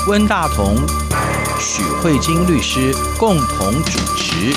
温大同、许慧金律师共同主持。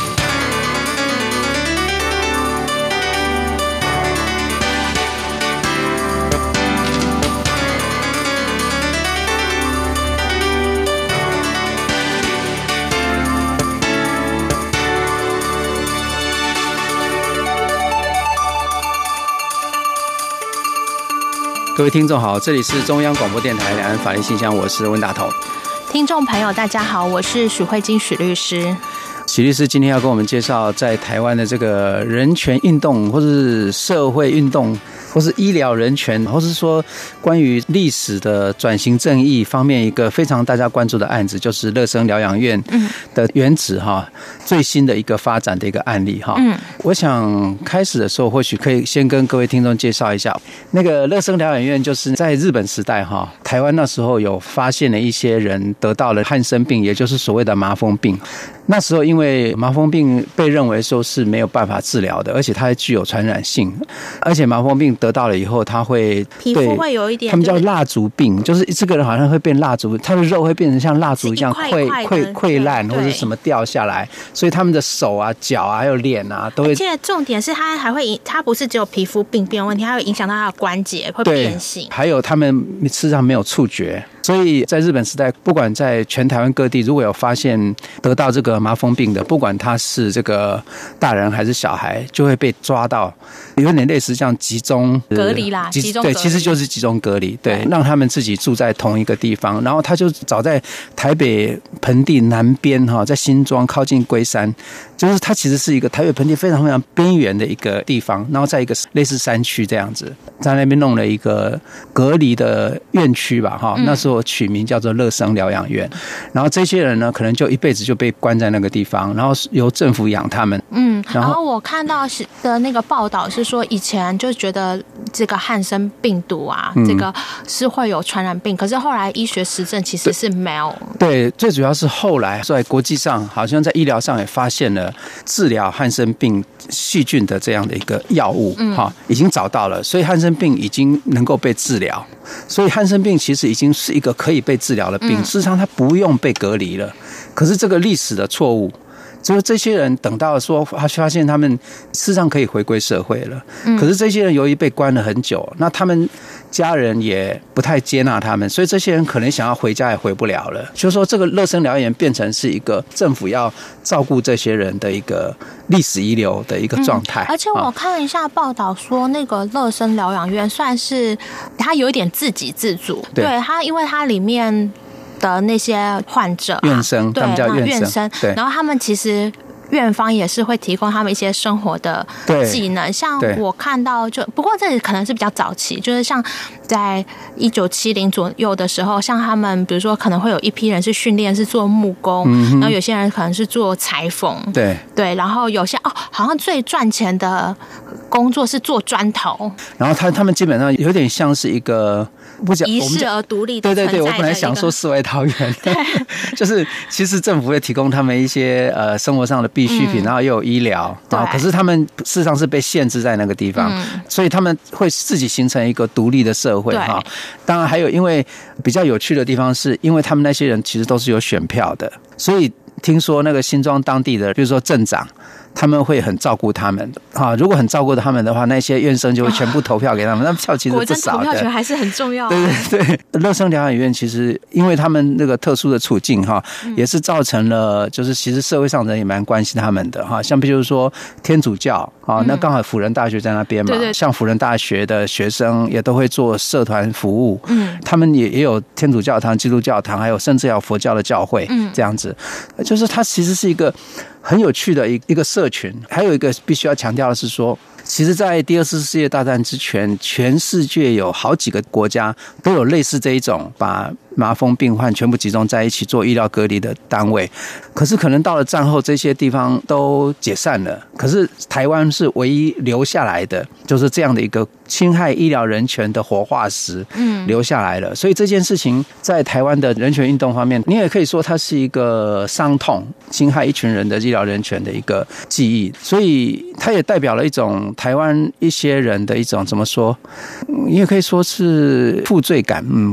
各位听众好，这里是中央广播电台两岸法律信箱，我是温大同。 听众朋友大家好，我是许慧金许律师。 许律师今天要跟我们介绍在台湾的这个人权运动，或是社会运动，或是医疗人权，或是说关于历史的转型正义方面一个非常大家关注的案子，就是乐生疗养院的原址最新的一个发展的一个案例我想开始的时候或许可以先跟各位听众介绍一下，那个乐生疗养院就是在日本时代台湾那时候有发现了一些人得到了汉生病，也就是所谓的麻风病。那时候因为麻风病被认为说是没有办法治疗的，而且它还具有传染性，而且麻风病得到了以后，它会皮肤会有一点， 他们叫蜡烛病，就是这个人好像会变蜡烛，他的肉会变成像蜡烛一样溃烂或者什么掉下来，所以他们的手啊、脚啊还有脸啊都会。 而且重点是它还会，它不是只有皮肤病变问题，它会影响到它的关节会变形， 还有他们事实上没有触觉。所以在日本时代，不管在全台湾各地，如果有发现得到这个麻风病的，不管他是这个大人还是小孩，就会被抓到，有点类似像集中隔离啦，集中隔离， 对，其实就是集中隔离，对，让他们自己住在同一个地方。然后他就找在台北盆地南边在新庄靠近龟山，就是它其实是一个台北盆地非常非常边缘的一个地方，然后在一个类似山区这样子，在那边弄了一个隔离的院区吧那时候取名叫做乐生疗养院。然后这些人呢，可能就一辈子就被关在那个地方，然后由政府养他们。 然后我看到的那个报道是说，以前就觉得这个汉生病毒啊，这个是会有传染病，可是后来医学实证其实是没有。 对，最主要是后来在国际上，好像在医疗上也发现了治疗汉生病细菌的这样的一个药物，已经找到了，所以汉生病已经能够被治疗。所以汉生病其实已经是一个可以被治疗的病，事实上它不用被隔离了。可是这个历史的错误，就是这些人等到说发现他们事实上可以回归社会了，可是这些人由于被关了很久，那他们家人也不太接纳他们，所以这些人可能想要回家也回不了了。就是说这个乐生疗养院变成是一个政府要照顾这些人的一个历史遗留的一个状态。 而且我看一下报道说，那个乐生疗养院算是它有一点自给自足，对它，因为它里面的那些患者院生，他们叫院生，对， 然后他们其实院方也是会提供他们一些生活的技能，像我看到不过这里可能是比较早期，就是像在1970左右的时候，像他们比如说可能会有一批人是训练是做木工，然后有些人可能是做裁缝，对，然后有些好像最赚钱的工作是做砖头， 然后他们基本上有点像是一个遗世而独立的存在的一个， 对，我本来想说世外桃源，就是其实政府会提供他们一些生活上的必需品，然后又有医疗，可是他们事实上是被限制在那个地方，所以他们会自己形成一个独立的社会当然还有，因为比较有趣的地方是，因为他们那些人其实都是有选票的，所以听说那个新庄当地的，比如说镇长，他们会很照顾他们如果很照顾他们的话，那些院生就会全部投票给他们，那票其实不少的。果真投票权还是很重要。 对，乐生疗养院其实因为他们那个特殊的处境也是造成了，就是其实社会上人也蛮关心他们的像比如说天主教那刚好辅仁大学在那边嘛，像辅仁大学的学生也都会做社团服务，他们也有天主教堂、基督教堂，还有甚至有佛教的教会，这样子，就是它其实是一个很有趣的一个社群。还有一个必须要强调的是说，其实在第二次世界大战之前，全世界有好几个国家都有类似这一种把麻风病患全部集中在一起做医疗隔离的单位，可是可能到了战后这些地方都解散了，可是台湾是唯一留下来的，就是这样的一个侵害医疗人权的活化石留下来了。所以这件事情在台湾的人权运动方面，你也可以说它是一个伤痛，侵害一群人的医疗人权的一个记忆，所以它也代表了一种台湾一些人的一种怎么说，你也可以说是负罪感，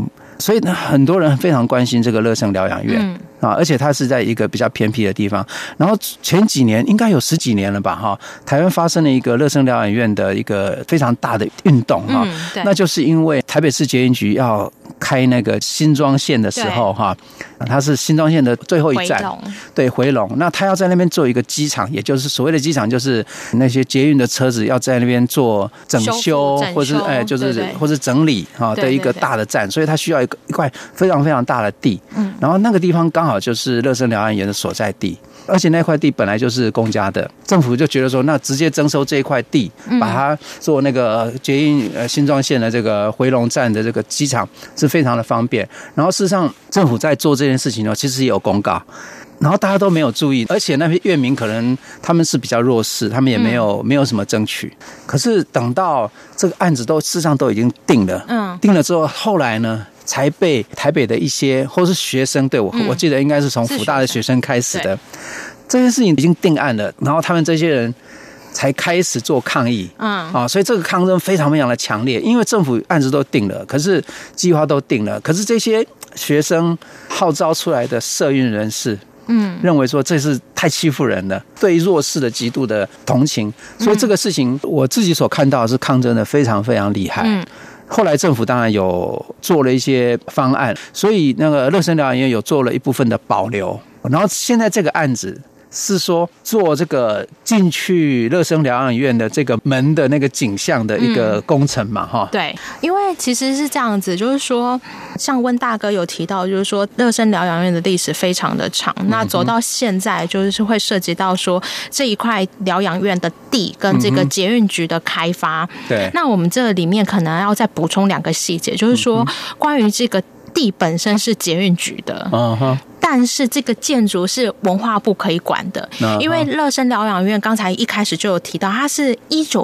所以呢，很多人非常关心这个乐生疗养院。而且它是在一个比较偏僻的地方。然后前几年应该有10几年了吧，台湾发生了一个乐生疗养院的一个非常大的运动，那就是因为台北市捷运局要开那个新庄线的时候，它是新庄线的最后一站，对，回龙。那他要在那边做一个机场，也就是所谓的机场，就是那些捷运的车子要在那边做整修，或是或是整理的一个大的站，所以它需要一块非常非常大的地。然后那个地方刚好就是乐生疗养院的所在地，而且那块地本来就是公家的，政府就觉得说，那直接征收这一块地，把它做那个捷运新庄线的这个回龙站的这个机场是非常的方便。然后事实上，政府在做这件事情呢，其实也有公告，然后大家都没有注意，而且那些院民可能他们是比较弱势，他们也没有什么争取。可是等到这个案子事实上都已经定了，定了之后，后来呢？才被台北的一些或是学生，对我记得应该是从辅大的学生开始的，这件事情已经定案了，然后他们这些人才开始做抗议，所以这个抗争非常非常的强烈，因为政府案子都定了，可是计划都定了，可是这些学生号召出来的社运人士，认为说这是太欺负人了，对弱势的极度的同情，所以这个事情我自己所看到的是抗争的非常非常厉害。后来政府当然有做了一些方案，所以那个乐生疗养院有做了一部分的保留，然后现在这个案子是说做这个进去乐生疗养院的这个门的那个景象的一个工程嘛， 对，因为其实是这样子，就是说像温大哥有提到，就是说乐生疗养院的历史非常的长，那走到现在就是会涉及到说这一块疗养院的地跟这个捷运局的开发，对，那我们这里面可能要再补充2个细节，就是说关于这个地本身是捷运局的，但是这个建筑是文化部可以管的，因为乐生疗养院刚才一开始就有提到，它是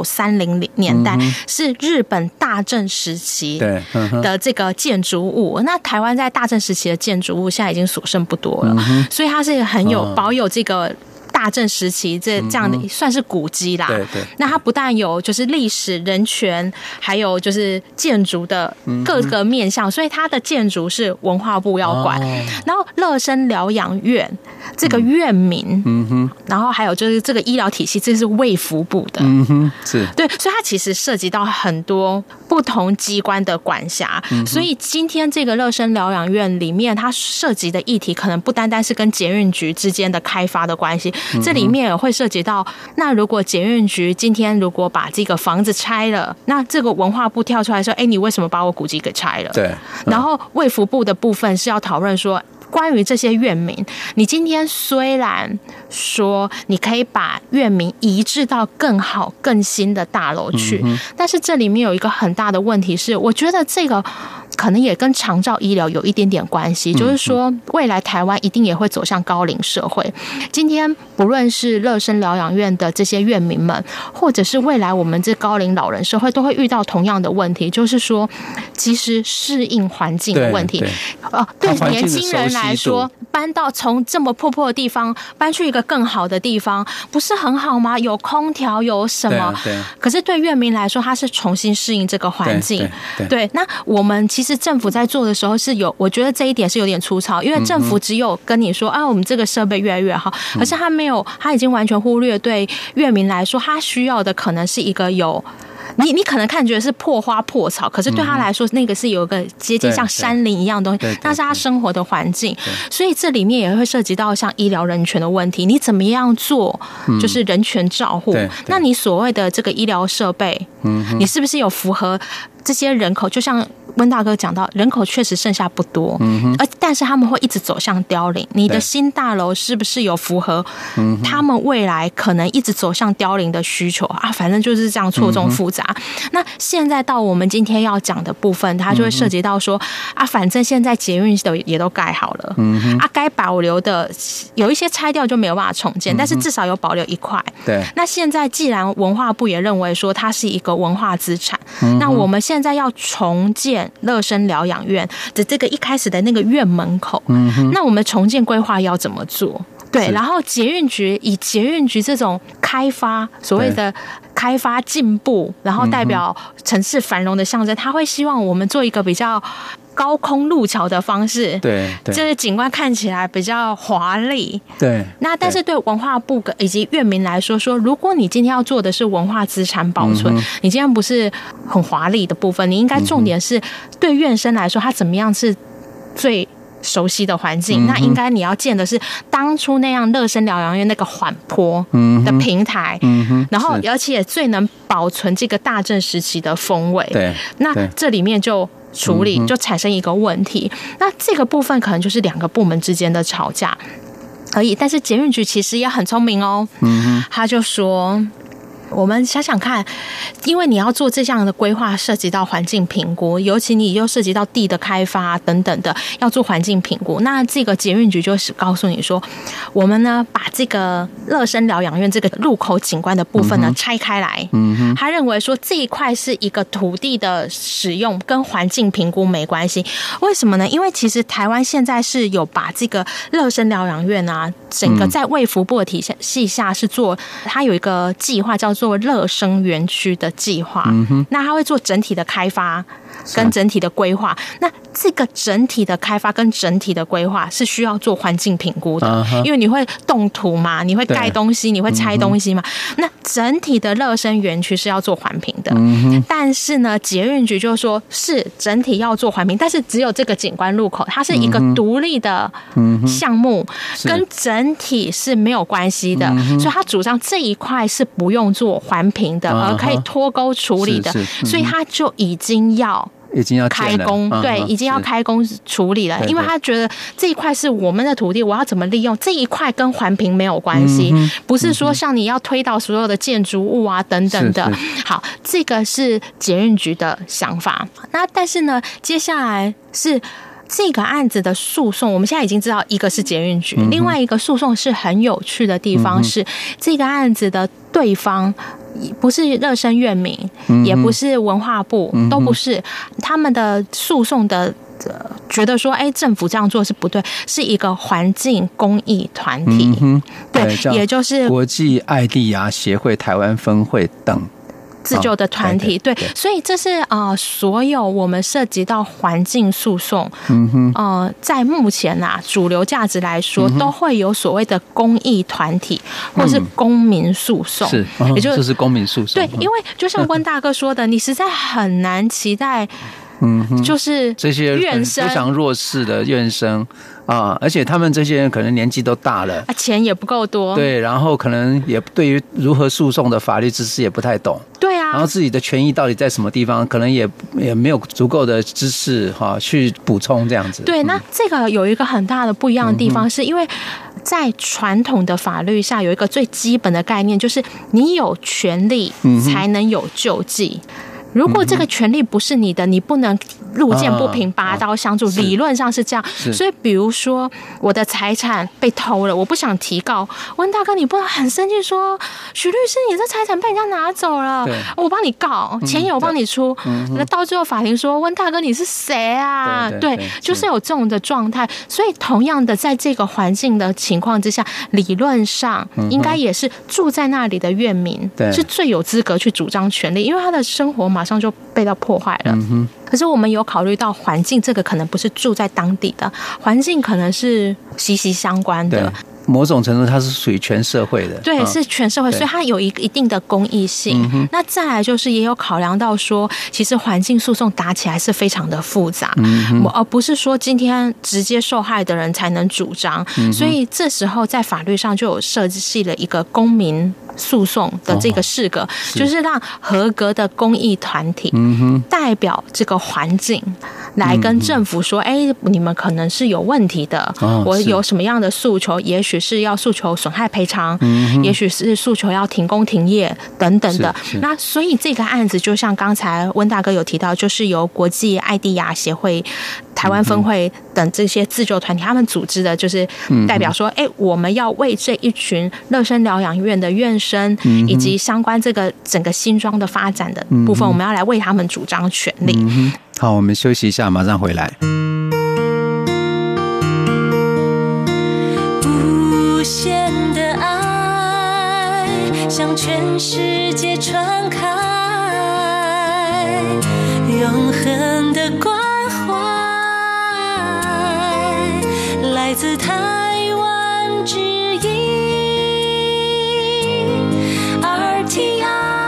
1930年代，是日本大正时期的这个建筑物。那台湾在大正时期的建筑物现在已经所剩不多了，所以它是很有保有这个大正时期这样的算是古迹啦。对对。那它不但有就是历史、人权，还有就是建筑的各个面向，所以它的建筑是文化部要管。然后乐生疗养院这个院名，然后还有就是这个医疗体系，这是卫福部的。是。对，所以它其实涉及到很多不同机关的管辖。所以今天这个乐生疗养院里面，它涉及的议题可能不单单是跟捷运局之间的开发的关系。这里面也会涉及到，那如果捷运局今天如果把这个房子拆了，那这个文化部跳出来说，你为什么把我古迹给拆了？对。然后卫福部的部分是要讨论说，关于这些院民，你今天虽然说你可以把院民移至到更好更新的大楼去，但是这里面有一个很大的问题是，我觉得这个可能也跟长照医疗有一点点关系，就是说未来台湾一定也会走向高龄社会。今天不论是乐生疗养院的这些院民们，或者是未来我们这高龄老人社会，都会遇到同样的问题，就是说其实适应环境的问题。对年轻人来说，搬到从这么破的地方搬去一个更好的地方，不是很好吗？有空调，有什么？可是对院民来说，他是重新适应这个环境。对，那我们其实政府在做的时候是有，我觉得这一点是有点粗糙，因为政府只有跟你说我们这个设备越来越好，可是他没有，他已经完全忽略对院民来说，他需要的可能是一个有。你可能看觉得是破花破草，可是对他来说，那个是有一个接近像山林一样的东西，那是他生活的环境。所以这里面也会涉及到像医疗人权的问题，你怎么样做就是人权照护？那你所谓的这个医疗设备，你是不是有符合这些人口？就像温大哥讲到，人口确实剩下不多，但是他们会一直走向凋零。你的新大楼是不是有符合他们未来可能一直走向凋零的需求啊？反正就是这样错综复杂。那现在到我们今天要讲的部分，它就会涉及到说反正现在捷运也都盖好了，该保留的有一些拆掉就没有办法重建，但是至少有保留一块。对。那现在既然文化部也认为说它是一个文化资产，那我们现在要重建乐生疗养院的这个一开始的那个院门口，那我们重建规划要怎么做？对，然后以捷运局这种开发，所谓的开发进步，然后代表城市繁荣的象征，他会希望我们做一个比较高空路桥的方式， 对， 这个景观看起来比较华丽。 对， 那但是对文化部以及院民来说，如果你今天要做的是文化资产保存，你今天不是很华丽的部分，你应该重点是对院生来说，他怎么样是最熟悉的环境，那应该你要建的是当初那样乐生疗养院那个缓坡的平台，然后而且最能保存这个大正时期的风味。 对， 那这里面就处理就产生一个问题，那这个部分可能就是2个部门之间的吵架而已。但是捷运局其实也很聪明哦，他就说，我们想想看，因为你要做这样的规划，涉及到环境评估，尤其你又涉及到地的开发等等的，要做环境评估。那这个捷运局就是告诉你说，我们呢把这个乐生疗养院这个入口景观的部分呢拆开来。他认为说这一块是一个土地的使用，跟环境评估没关系。为什么呢？因为其实台湾现在是有把这个乐生疗养院啊，整个在卫福部的体系下是做，它有一个计划叫做乐生园区的计划，那它会做整体的开发跟整体的规划。那这个整体的开发跟整体的规划是需要做环境评估的，因为你会动土嘛，你会盖东西，你会拆东西嘛。那整体的乐生园区是要做环评的，但是呢，捷运局就说是整体要做环评，但是只有这个景观路口，它是一个独立的项目，跟整体是没有关系的，所以他主张这一块是不用做环评的，而可以脱钩处理的，所以他就已经要开工，对，已经要开工处理了，因为他觉得这一块是我们的土地，我要怎么利用这一块跟环评没有关系，不是说像你要推到所有的建筑物啊等等的。好，这个是捷运局的想法。那但是呢，接下来是这个案子的诉讼，我们现在已经知道，一个是捷运局，另外一个诉讼是很有趣的地方是，这个案子的对方不是乐生院民，也不是文化部，都不是，他们的诉讼的觉得说，政府这样做是不对，是一个环境公益团体，对，也就是国际爱地牙协会台湾分会等自救的团体，对，所以这是所有我们涉及到环境诉讼，在目前主流价值来说，都会有所谓的公益团体或是公民诉讼， 是，也就是公民诉讼。 对，因为就像温大哥说的，你实在很难期待，就是这些院生非常弱势的院生啊，而且他们这些人可能年纪都大了， 钱也不够多， 对，然后可能也对于如何诉讼的法律知识也不太懂， 对啊， 然后自己的权益到底在什么地方，可能也没有足够的知识去补充这样子。 对，那这个有一个很大的不一样的地方，是因为在传统的法律下有一个最基本的概念，就是你有权利才能有救济。如果这个权利不是你的，你不能路见不平拔刀相助，理论上是这样。所以比如说我的财产被偷了，我不想提告，温大哥你不能很生气说，许律师你这财产被人家拿走了，我帮你告，钱也我帮你出，那到最后法庭说，温大哥你是谁啊？对，就是有这种的状态。所以同样的，在这个环境的情况之下，理论上应该也是住在那里的院民是最有资格去主张权利，因为他的生活马上就被到破坏了。可是我们有考虑到环境，这个可能不是住在当地的环境，可能是息息相关的。 某种程度它是属于全社会的， 对，是全社会，所以它有一定的公益性。那再来就是也有考量到说，其实环境诉讼打起来是非常的复杂，而不是说今天直接受害的人才能主张。所以这时候在法律上就有设计了一个公民诉讼的这个适格，就是让合格的公益团体代表这个环境来跟政府说，你们可能是有问题的，我有什么样的诉求，也许是要诉求损害赔偿，也许是诉求要停工停业等等的。那所以这个案子就像刚才温大哥有提到，就是由国际爱地牙协会台湾分会等这些自救团体他们组织的，就是代表说，我们要为这一群乐生疗养院的院生以及相关这个整个新庄的发展的部分，我们要来为他们主张权利。 好，我们休息一下，马上回来。 无限的爱向全世界传开，永恒的关怀来自台湾之音 RTI。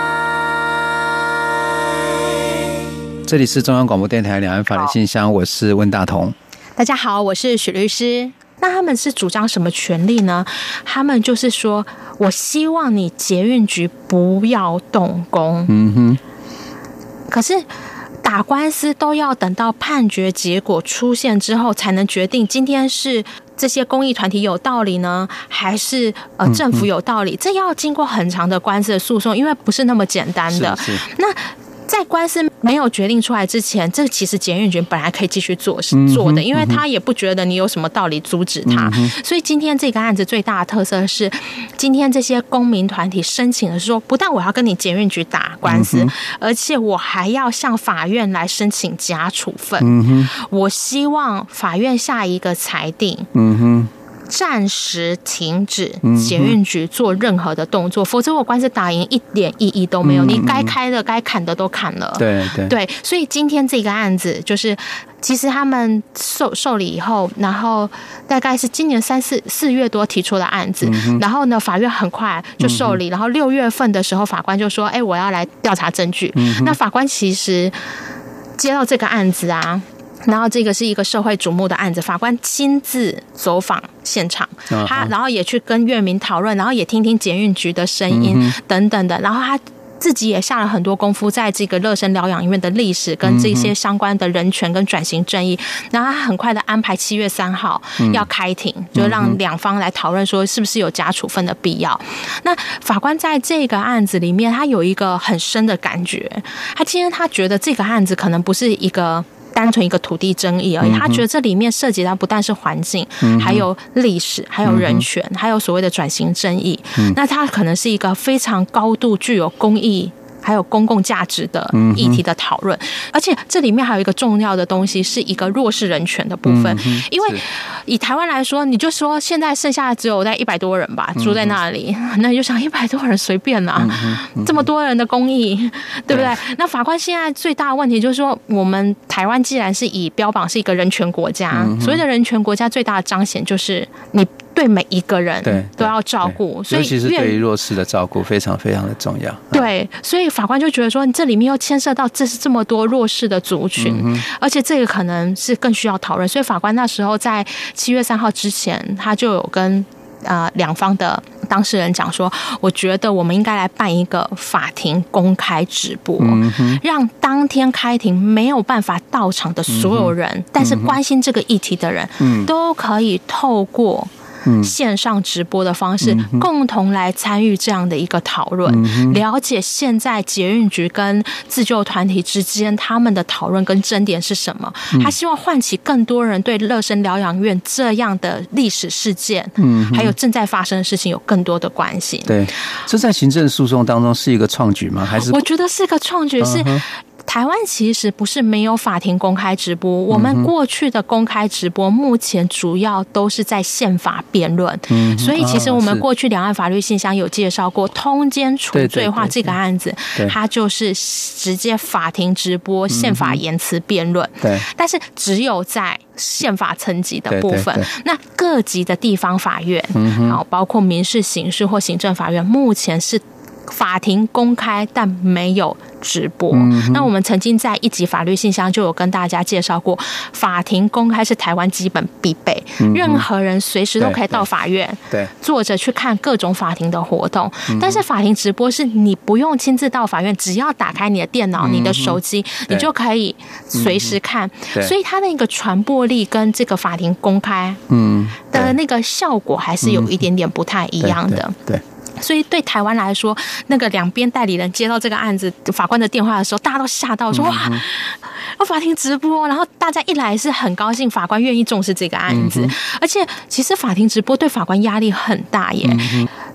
这里是中央广播电台两岸法律信箱，我是温大同。 大家好，我是许律师。那他们是主张什么权利呢？他们就是说，我希望你捷运局不要动工。可是打官司都要等到判决结果出现之后，才能决定今天是这些公益团体有道理呢，还是政府有道理？这要经过很长的官司的诉讼，因为不是那么简单的。那在官司没有决定出来之前，这其实捷运局本来可以继续做的，因为他也不觉得你有什么道理阻止他。所以今天这个案子最大的特色是，今天这些公民团体申请的是说，不但我要跟你捷运局打官司，而且我还要向法院来申请假处分。我希望法院下一个裁定。暂时停止捷运局做任何的动作，否则我官司打赢一点意义都没有。你该开的、该砍的都砍了。对，所以今天这个案子就是，其实他们受理以后，然后大概是今年4月多提出的案子，然后呢，法院很快就受理，然后6月份的时候，法官就说：“我要来调查证据。”那法官其实接到这个案子啊。然后这个是一个社会瞩目的案子，法官亲自走访现场，然后也去跟院民讨论，然后也听听捷运局的声音等等的，然后他自己也下了很多功夫在这个乐生疗养院的历史跟这些相关的人权跟转型正义，然后他很快的安排7月3号要开庭，就让两方来讨论说是不是有假处分的必要。那法官在这个案子里面，他有一个很深的感觉，他今天他觉得这个案子可能不是一个单纯一个土地争议而已，他觉得这里面涉及到不但是环境，还有历史，还有人权，还有所谓的转型正义。那它可能是一个非常高度具有公益还有公共价值的议题的讨论，而且这里面还有一个重要的东西，是一个弱势人权的部分。因为以台湾来说，你就说现在剩下只有在100多人吧住在那里，那你就想100多人随便啊，这么多人的公益，对不对？那法官现在最大的问题就是说，我们台湾既然是以标榜是一个人权国家，所谓的人权国家最大的彰显就是你对每一个人都要照顾，所以尤其是对于弱势的照顾非常非常的重要。 对，所以法官就觉得说，你这里面又牵涉到这么多弱势的族群，而且这个可能是更需要讨论。所以法官那时候在7月3号之前，他就有跟两方的当事人讲说，我觉得我们应该来办一个法庭公开直播，让当天开庭没有办法到场的所有人，但是关心这个议题的人，都可以透过线上直播的方式共同来参与这样的一个讨论，了解现在捷运局跟自救团体之间他们的讨论跟争点是什么。他希望唤起更多人对乐生疗养院这样的历史事件还有正在发生的事情有更多的关心。 对，这在行政诉讼当中是一个创举吗？还是我觉得是个创举，是台湾其实不是没有法庭公开直播，我们过去的公开直播目前主要都是在宪法辩论，所以其实我们过去两岸法律信箱有介绍过通奸除罪化这个案子，它就是直接法庭直播宪法言辞辩论，但是只有在宪法层级的部分，那各级的地方法院，包括民事、刑事或行政法院，目前是法庭公开但没有直播。那我们曾经在一集法律信箱就有跟大家介绍过，法庭公开是台湾基本必备，任何人随时都可以到法院坐着去看各种法庭的活动，但是法庭直播是你不用亲自到法院，只要打开你的电脑、你的手机，你就可以随时看，所以它那个传播力跟这个法庭公开的那个效果还是有一点点不太一样的。 对， 所以对台湾来说，那个两边代理人接到这个案子法官的电话的时候，大家都吓到说，哇，法庭直播，然后大家一来是很高兴法官愿意重视这个案子，而且其实法庭直播对法官压力很大耶。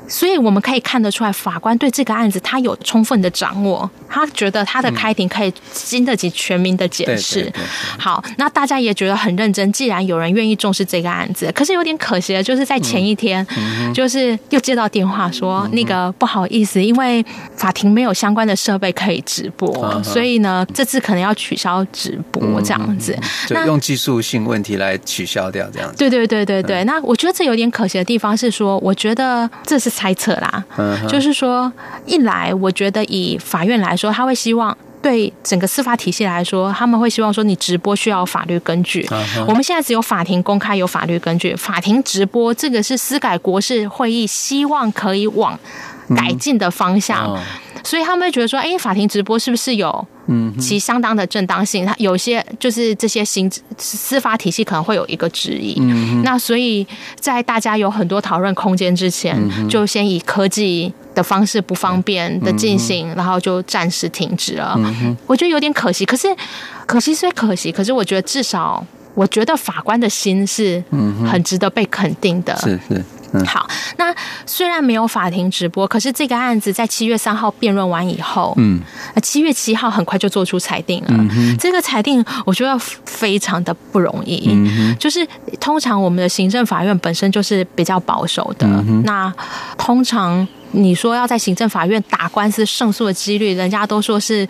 所以我们可以看得出来，法官对这个案子他有充分的掌握，他觉得他的开庭可以经得起全民的检视。好，那大家也觉得很认真，既然有人愿意重视这个案子，可是有点可惜的就是在前一天，就是又接到电话说，那个不好意思，因为法庭没有相关的设备可以直播，所以呢这次可能要取消直播这样子， 就用技术性问题来取消掉这样子。 对，那我觉得这有点可惜的地方是说，我觉得这是猜测啦，就是说一来我觉得以法院来说，他会希望对整个司法体系来说，他们会希望说你直播需要有法律根据。我们现在只有法庭公开有法律根据，法庭直播这个是司改国是会议希望可以往改进的方向，所以他们会觉得说，法庭直播是不是有其相当的正当性？它有些就是这些司法体系可能会有一个质疑，那所以在大家有很多讨论空间之前，就先以科技的方式不方便的进行，然后就暂时停止了。我觉得有点可惜，可是虽可惜，可是我觉得至少，我觉得法官的心是很值得被肯定的。 是。 好，那虽然没有法庭直播，可是这个案子在7月3号辩论完以后，7月7号很快就做出裁定了。这个裁定我觉得非常的不容易，就是通常我们的行政法院本身就是比较保守的，那通常你说要在行政法院打官司胜诉的几率，人家都说是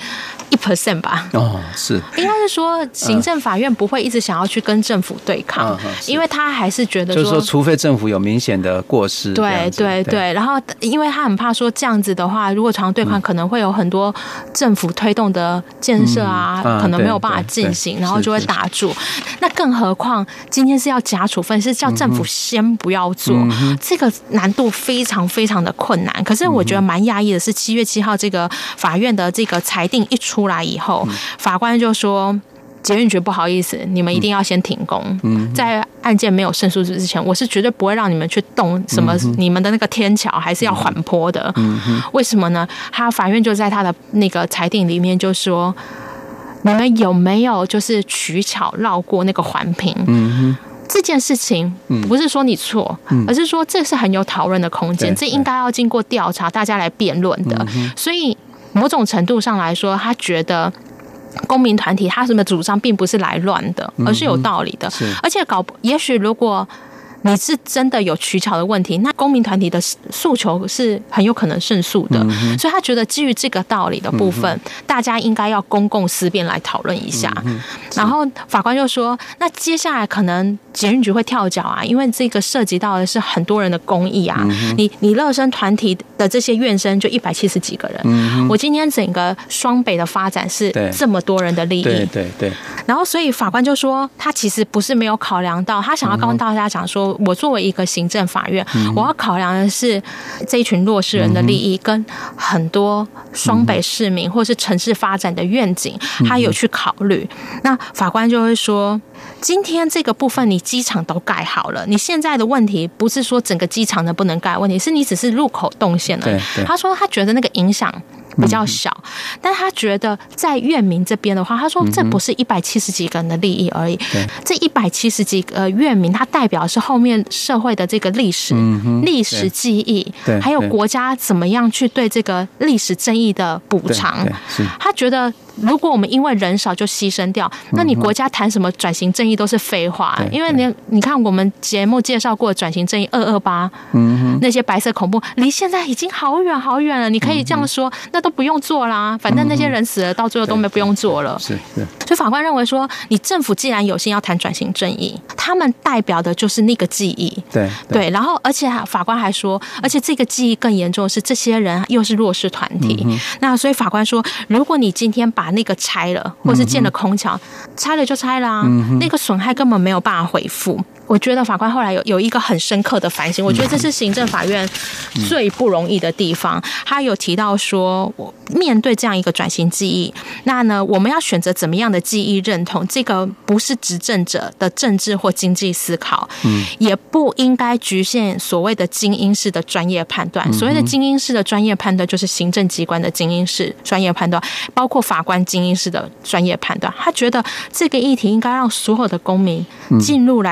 1% 吧？ 是， 应该是说行政法院不会一直想要去跟政府对抗，因为他还是觉得就是说，除非政府有明显的过失。 对，然后因为他很怕说这样子的话，如果常对抗，可能会有很多政府推动的建设可能没有办法进行，然后就会打住。那更何况今天是要假处分，是叫政府先不要做，这个难度非常非常的困难。可是我觉得蛮讶异的是，7月7号这个法院的这个裁定一出来以后，法官就说，捷运局不好意思，你们一定要先停工，在案件没有胜诉之前，我是绝对不会让你们去动什么你们的那个天桥，还是要缓坡的。为什么呢？法院就在他的那个裁定里面就说，你们有没有就是取巧绕过那个环评？这件事情不是说你错，而是说这是很有讨论的空间，这应该要经过调查，大家来辩论的。所以某种程度上来说，他觉得公民团体他什么主张并不是来乱的，而是有道理的。而且也许如果你是真的有取巧的问题，那公民团体的诉求是很有可能胜诉的。所以他觉得基于这个道理的部分，大家应该要公共思辨来讨论一下。然后法官就说，那接下来可能捷运局会跳脚啊，因为这个涉及到的是很多人的公益啊。你热身团体的这些院生就170几个人，我今天整个双北的发展是这么多人的利益。 对。 然后所以法官就说，他其实不是没有考量到，他想要跟大家讲说，我作为一个行政法院，我要考量的是这一群弱势人的利益，跟很多双北市民或是城市发展的愿景，他有去考虑。那法官就会说，今天这个部分你机场都盖好了，你现在的问题不是说整个机场能不能盖，问题是你只是入口动线而已。他说他觉得那个影响比较小，但他觉得在院民这边的话，他说这不是170几个人的利益而已，这170几个院民，他代表是后面社会的这个历史记忆，还有国家怎么样去对这个历史正义的补偿。他觉得如果我们因为人少就牺牲掉，那你国家谈什么转型正义都是废话。因为你看我们节目介绍过转型正义228，那些白色恐怖离现在已经好远好远了。你可以这样说，那都不用做啦，反正那些人死了，到最后都不用做了。所以法官认为说，你政府既然有心要谈转型正义，他们代表的就是那个记忆。对，然后而且法官还说，而且这个记忆更严重的是，这些人又是弱势团体。那所以法官说，如果你今天把那个拆了，或是建了空桥，拆了就拆了啊，那个损害根本没有办法恢复。我觉得法官后来有一个很深刻的反省，我觉得这是行政法院最不容易的地方。他有提到说，面对这样一个转型记忆，那呢，我们要选择怎么样的记忆认同，这个不是执政者的政治或经济思考，也不应该局限所谓的精英式的专业判断。所谓的精英式的专业判断，就是行政机关的精英式专业判断，包括法官精英式的专业判断。他觉得这个议题应该让所有的公民进入来讨论。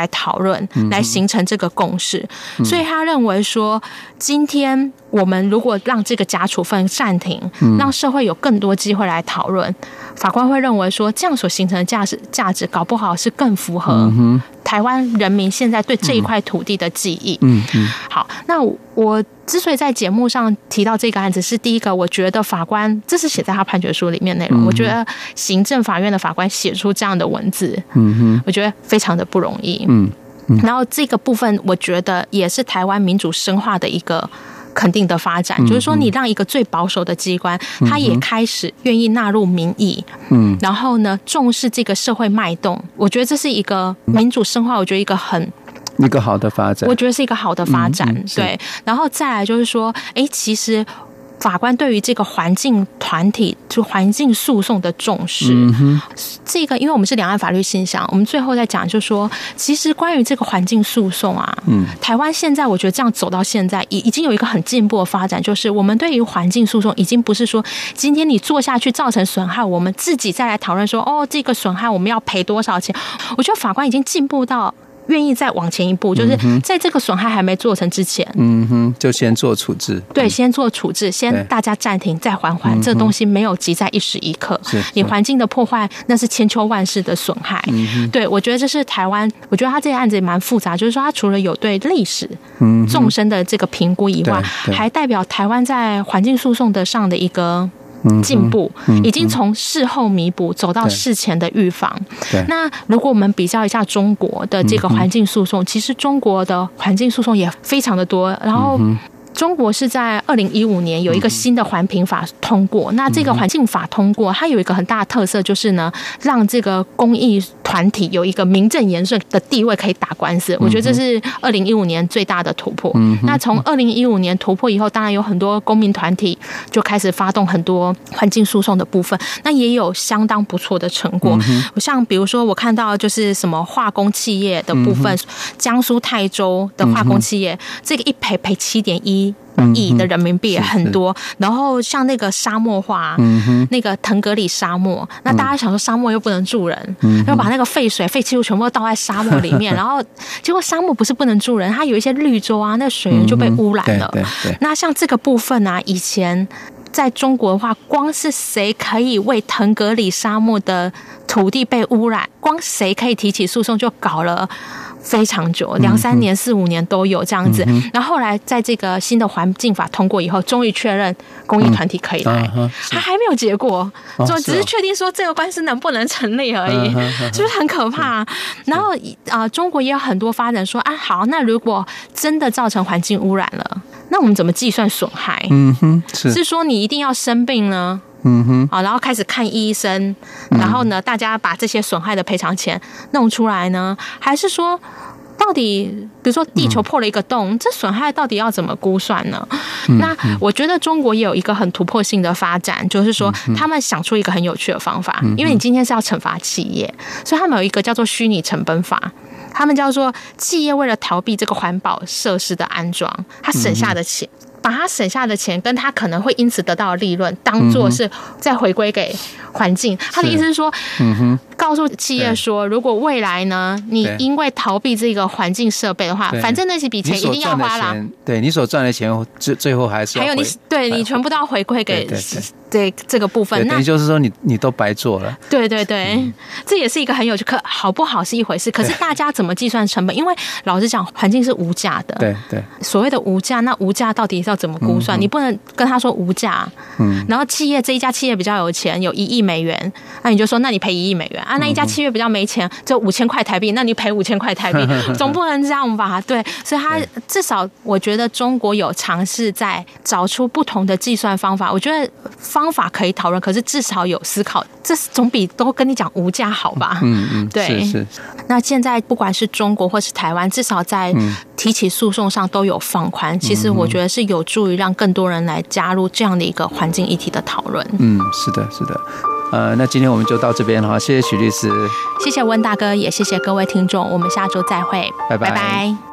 论来形成这个共识。所以他认为说，今天我们如果让这个假处分暂停，让社会有更多机会来讨论，法官会认为说，这样所形成的价值搞不好是更符合台湾人民现在对这一块土地的记忆。好，那我之所以在节目上提到这个案子，是第一个，我觉得法官这是写在他判决书里面内容，我觉得行政法院的法官写出这样的文字，我觉得非常的不容易。然后这个部分，我觉得也是台湾民主深化的一个肯定的发展，就是说你让一个最保守的机关，他也开始愿意纳入民意，然后呢重视这个社会脉动，我觉得这是一个民主深化，我觉得一个好的发展， 我觉得是一个好的发展。对，然后再来就是说，其实法官对于这个环境团体就环境诉讼的重视，这个因为我们是两岸法律信箱，我们最后再讲就是说，其实关于这个环境诉讼啊，台湾现在我觉得这样走到现在已经有一个很进步的发展，就是我们对于环境诉讼已经不是说今天你做下去造成损害，我们自己再来讨论说这个损害我们要赔多少钱。我觉得法官已经进步到愿意再往前一步，就是在这个损害还没做成之前， 就先做处置。 对，先做处置，先大家暂停，再缓缓。这个东西没有急在一时一刻，你环境的破坏那是千秋万世的损害。对，我觉得这是台湾，我觉得他这个案子也蛮复杂，就是说他除了有对历史纵深的这个评估以外，还代表台湾在环境诉讼的上的一个进步，已经从事后弥补走到事前的预防。那如果我们比较一下中国的这个环境诉讼，其实中国的环境诉讼也非常的多，然后中国是在2015年有一个新的环评法通过，那这个环境法通过，它有一个很大的特色，就是呢，让这个公益团体有一个名正言顺的地位可以打官司。我觉得这是2015年最大的突破。那从2015年突破以后，当然有很多公民团体就开始发动很多环境诉讼的部分，那也有相当不错的成果。像比如说我看到就是什么化工企业的部分，江苏泰州的化工企业，这个一赔7.1亿的人民币也很多。然后像那个沙漠化，那个腾格里沙漠，那大家想说沙漠又不能住人，要把那个废水废弃物全部都倒在沙漠里面，然后结果沙漠不是不能住人，它有一些绿洲啊，那水源就被污染了。那像这个部分啊，以前在中国的话，光是谁可以为腾格里沙漠的土地被污染，光谁可以提起诉讼就搞了非常久，2-3年、4-5年都有这样子。然后后来在这个新的环境法通过以后，终于确认公益团体可以来，它还没有结果，只是确定说这个官司能不能成立而已，是不是很可怕？然后中国也有很多发展说好，那如果真的造成环境污染了，那我们怎么计算损害？是说你一定要生病呢？然后开始看医生，然后呢，大家把这些损害的赔偿钱弄出来呢？还是说，到底比如说地球破了一个洞，这损害到底要怎么估算呢？那我觉得中国也有一个很突破性的发展，就是说他们想出一个很有趣的方法，因为你今天是要惩罚企业，所以他们有一个叫做虚拟成本法。他们叫做企业为了逃避这个环保设施的安装，他省下的钱，把他省下的钱跟他可能会因此得到的利润当作是再回归给环境。他的意思是说，告诉企业说，如果未来呢，你因为逃避这个环境设备的话，反正那些笔钱一定要花啦。 对，你所赚的钱最后还是要还有你全部都要回馈给对这个部分。 那等于就是说你都白做了。 对，这也是一个很有趣，可好不好是一回事，可是大家怎么计算成本？因为老实讲，环境是无价的。对，所谓的无价，那无价到底要怎么估算？你不能跟他说无价，然后这一家企业比较有钱，有1亿美元，那你就说那你赔1亿美元啊？那一家企业比较没钱，只有5000块台币，那你赔5000块台币，总不能这样吧？对，所以他至少我觉得中国有尝试在找出不同的计算方法。我觉得方法可以讨论，可是至少有思考，这总比都跟你讲无价好吧？对，是。那现在不管是中国或是台湾，至少在提起诉讼上都有放宽。其实我觉得是有助于让更多人来加入这样的一个环境议题的讨论。 是的。那今天我们就到这边了，谢谢许律师， 谢谢温大哥，也谢谢各位听众，我们下周再会， 拜拜。